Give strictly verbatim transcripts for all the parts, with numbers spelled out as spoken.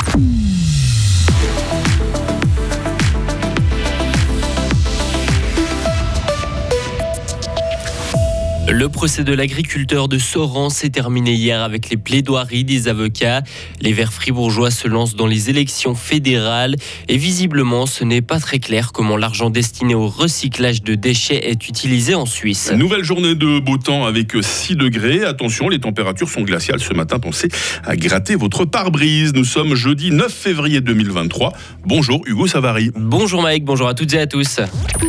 Le procès de l'agriculteur de Soran s'est terminé hier avec les plaidoiries des avocats. Les Verts fribourgeois se lancent dans les élections fédérales et visiblement ce n'est pas très clair comment l'argent destiné au recyclage de déchets est utilisé en Suisse. Nouvelle journée de beau temps avec six degrés. Attention, les températures sont glaciales ce matin. Pensez à gratter votre pare-brise. Nous sommes jeudi neuf février deux mille vingt-trois. Bonjour Hugo Savary. Bonjour Mike, bonjour à toutes et à tous.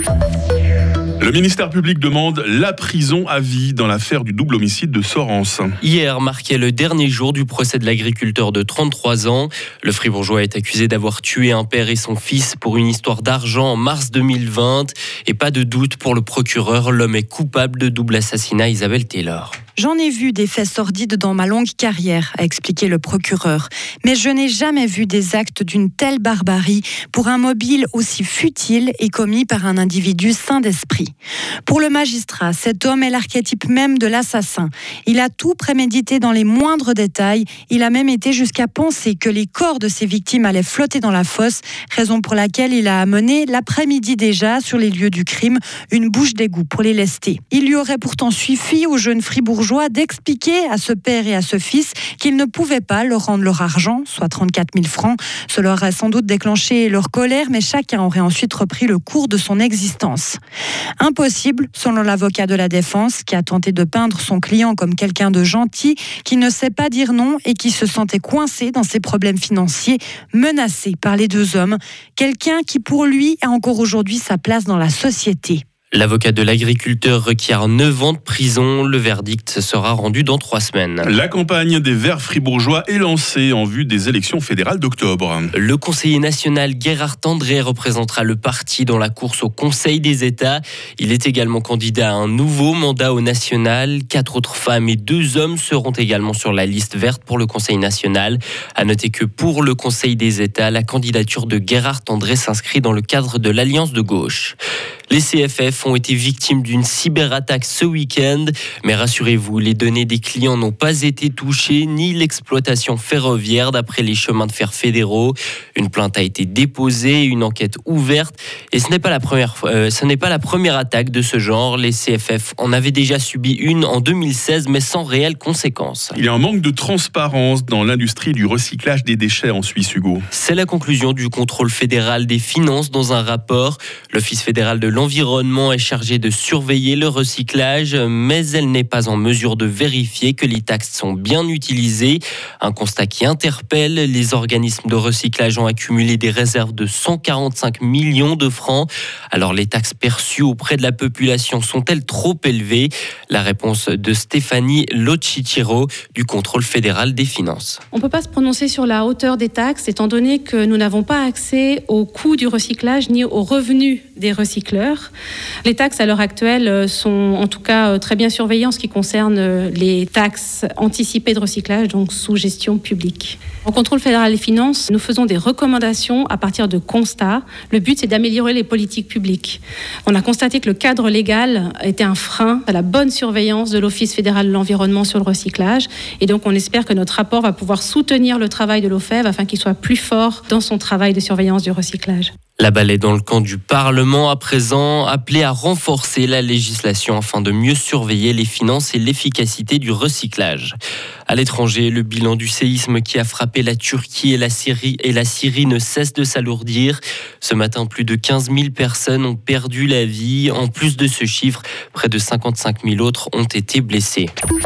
Le ministère public demande la prison à vie dans l'affaire du double homicide de Sorens. Hier marquait le dernier jour du procès de l'agriculteur de trente-trois ans. Le Fribourgeois est accusé d'avoir tué un père et son fils pour une histoire d'argent en mars deux mille vingt. Et pas de doute pour le procureur, l'homme est coupable de double assassinat. Isabelle Taylor. J'en ai vu des faits sordides dans ma longue carrière, a expliqué le procureur. Mais je n'ai jamais vu des actes d'une telle barbarie pour un mobile aussi futile et commis par un individu sain d'esprit. Pour le magistrat, cet homme est l'archétype même de l'assassin. Il a tout prémédité dans les moindres détails. Il a même été jusqu'à penser que les corps de ses victimes allaient flotter dans la fosse, raison pour laquelle il a amené l'après-midi déjà sur les lieux du crime une bouche d'égout pour les lester. Il lui aurait pourtant suffi au jeune Fribourgeois d'expliquer à ce père et à ce fils qu'ils ne pouvaient pas leur rendre leur argent, soit trente-quatre mille francs. Cela aurait sans doute déclenché leur colère, mais chacun aurait ensuite repris le cours de son existence. Impossible, selon l'avocat de la défense, qui a tenté de peindre son client comme quelqu'un de gentil, qui ne sait pas dire non et qui se sentait coincé dans ses problèmes financiers, menacé par les deux hommes. Quelqu'un qui, pour lui, a encore aujourd'hui sa place dans la société. L'avocat de l'agriculteur requiert neuf ans de prison. Le verdict sera rendu dans trois semaines. La campagne des Verts fribourgeois est lancée en vue des élections fédérales d'octobre. Le conseiller national Gerhard André représentera le parti dans la course au Conseil des États. Il est également candidat à un nouveau mandat au national. Quatre autres femmes et deux hommes seront également sur la liste verte pour le Conseil national. À noter que pour le Conseil des États, la candidature de Gerhard André s'inscrit dans le cadre de l'Alliance de gauche. Les C F F ont été victimes d'une cyberattaque ce week-end. Mais rassurez-vous, les données des clients n'ont pas été touchées, ni l'exploitation ferroviaire d'après les chemins de fer fédéraux. Une plainte a été déposée, une enquête ouverte. Et ce n'est pas la première, euh, ce n'est pas la première attaque de ce genre. Les C F F en avaient déjà subi une en deux mille seize, mais sans réelles conséquences. Il y a un manque de transparence dans l'industrie du recyclage des déchets en Suisse, Hugo. C'est la conclusion du contrôle fédéral des finances dans un rapport. L'Office fédéral de l'environnement est chargé de surveiller le recyclage, mais elle n'est pas en mesure de vérifier que les taxes sont bien utilisées. Un constat qui interpelle. Les organismes de recyclage ont accumulé des réserves de cent quarante-cinq millions de francs. Alors les taxes perçues auprès de la population sont-elles trop élevées ? La réponse de Stéphanie Locichiro du contrôle fédéral des finances. On ne peut pas se prononcer sur la hauteur des taxes étant donné que nous n'avons pas accès au coût du recyclage ni aux revenus des recycleurs. Les taxes à l'heure actuelle sont en tout cas très bien surveillées en ce qui concerne les taxes anticipées de recyclage, donc sous gestion publique. Au contrôle fédéral des finances, nous faisons des recommandations à partir de constats. Le but, c'est d'améliorer les politiques publiques. On a constaté que le cadre légal était un frein à la bonne surveillance de l'Office fédéral de l'environnement sur le recyclage. Et donc, on espère que notre rapport va pouvoir soutenir le travail de l'O F E V afin qu'il soit plus fort dans son travail de surveillance du recyclage. La balle est dans le camp du Parlement à présent, appelé à renforcer la législation afin de mieux surveiller les finances et l'efficacité du recyclage. À l'étranger, le bilan du séisme qui a frappé la Turquie et la Syrie, et la Syrie ne cesse de s'alourdir. Ce matin, plus de quinze mille personnes ont perdu la vie. En plus de ce chiffre, près de cinquante-cinq mille autres ont été blessés.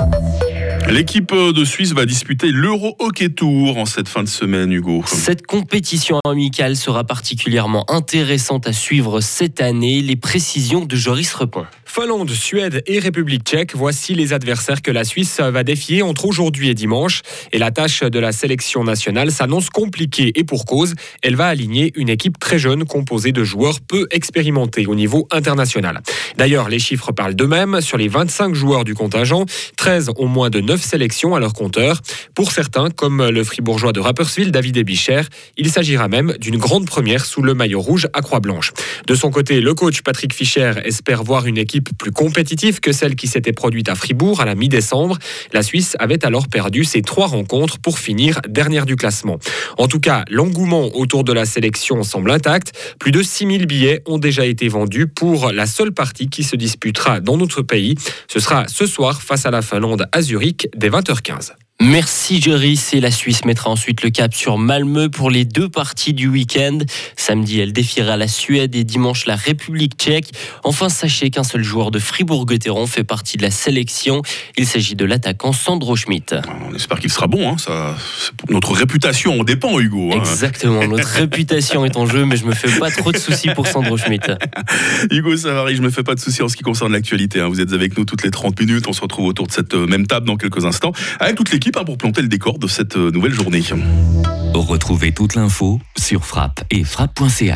L'équipe de Suisse va disputer l'Euro Hockey Tour en cette fin de semaine, Hugo. Cette compétition amicale sera particulièrement intéressante à suivre cette année. Les précisions de Joris Repon. Finlande, Suède et République tchèque, voici les adversaires que la Suisse va défier entre aujourd'hui et dimanche. Et la tâche de la sélection nationale s'annonce compliquée et pour cause, elle va aligner une équipe très jeune composée de joueurs peu expérimentés au niveau international. D'ailleurs, les chiffres parlent d'eux-mêmes. Sur les vingt-cinq joueurs du contingent, treize ont moins de neuf sélections à leur compteur. Pour certains, comme le fribourgeois de Rapperswil, David Ebicher, il s'agira même d'une grande première sous le maillot rouge à Croix-Blanche. De son côté, le coach Patrick Fischer espère voir une équipe équipe plus compétitive que celle qui s'était produite à Fribourg à la mi-décembre. La Suisse avait alors perdu ses trois rencontres pour finir dernière du classement. En tout cas, l'engouement autour de la sélection semble intact. Plus de six mille billets ont déjà été vendus pour la seule partie qui se disputera dans notre pays. Ce sera ce soir face à la Finlande à Zurich dès vingt heures quinze. Merci Joris, et la Suisse mettra ensuite le cap sur Malmö pour les deux parties du week-end. Samedi, elle défiera la Suède et dimanche la République tchèque. Enfin, sachez qu'un seul joueur de Fribourg-Gotteron fait partie de la sélection. Il s'agit de l'attaquant Sandro Schmidt. On espère qu'il sera bon. Hein. Ça, notre réputation en dépend, Hugo. Hein. Exactement, notre réputation est en jeu, mais je me fais pas trop de soucis pour Sandro Schmidt. Hugo Savary, je me fais pas de soucis en ce qui concerne l'actualité. Hein. Vous êtes avec nous toutes les trente minutes. On se retrouve autour de cette même table dans quelques instants avec toute l'équipe pour planter le décor de cette nouvelle journée. Retrouvez toute l'info sur Frappe et frappe point c h.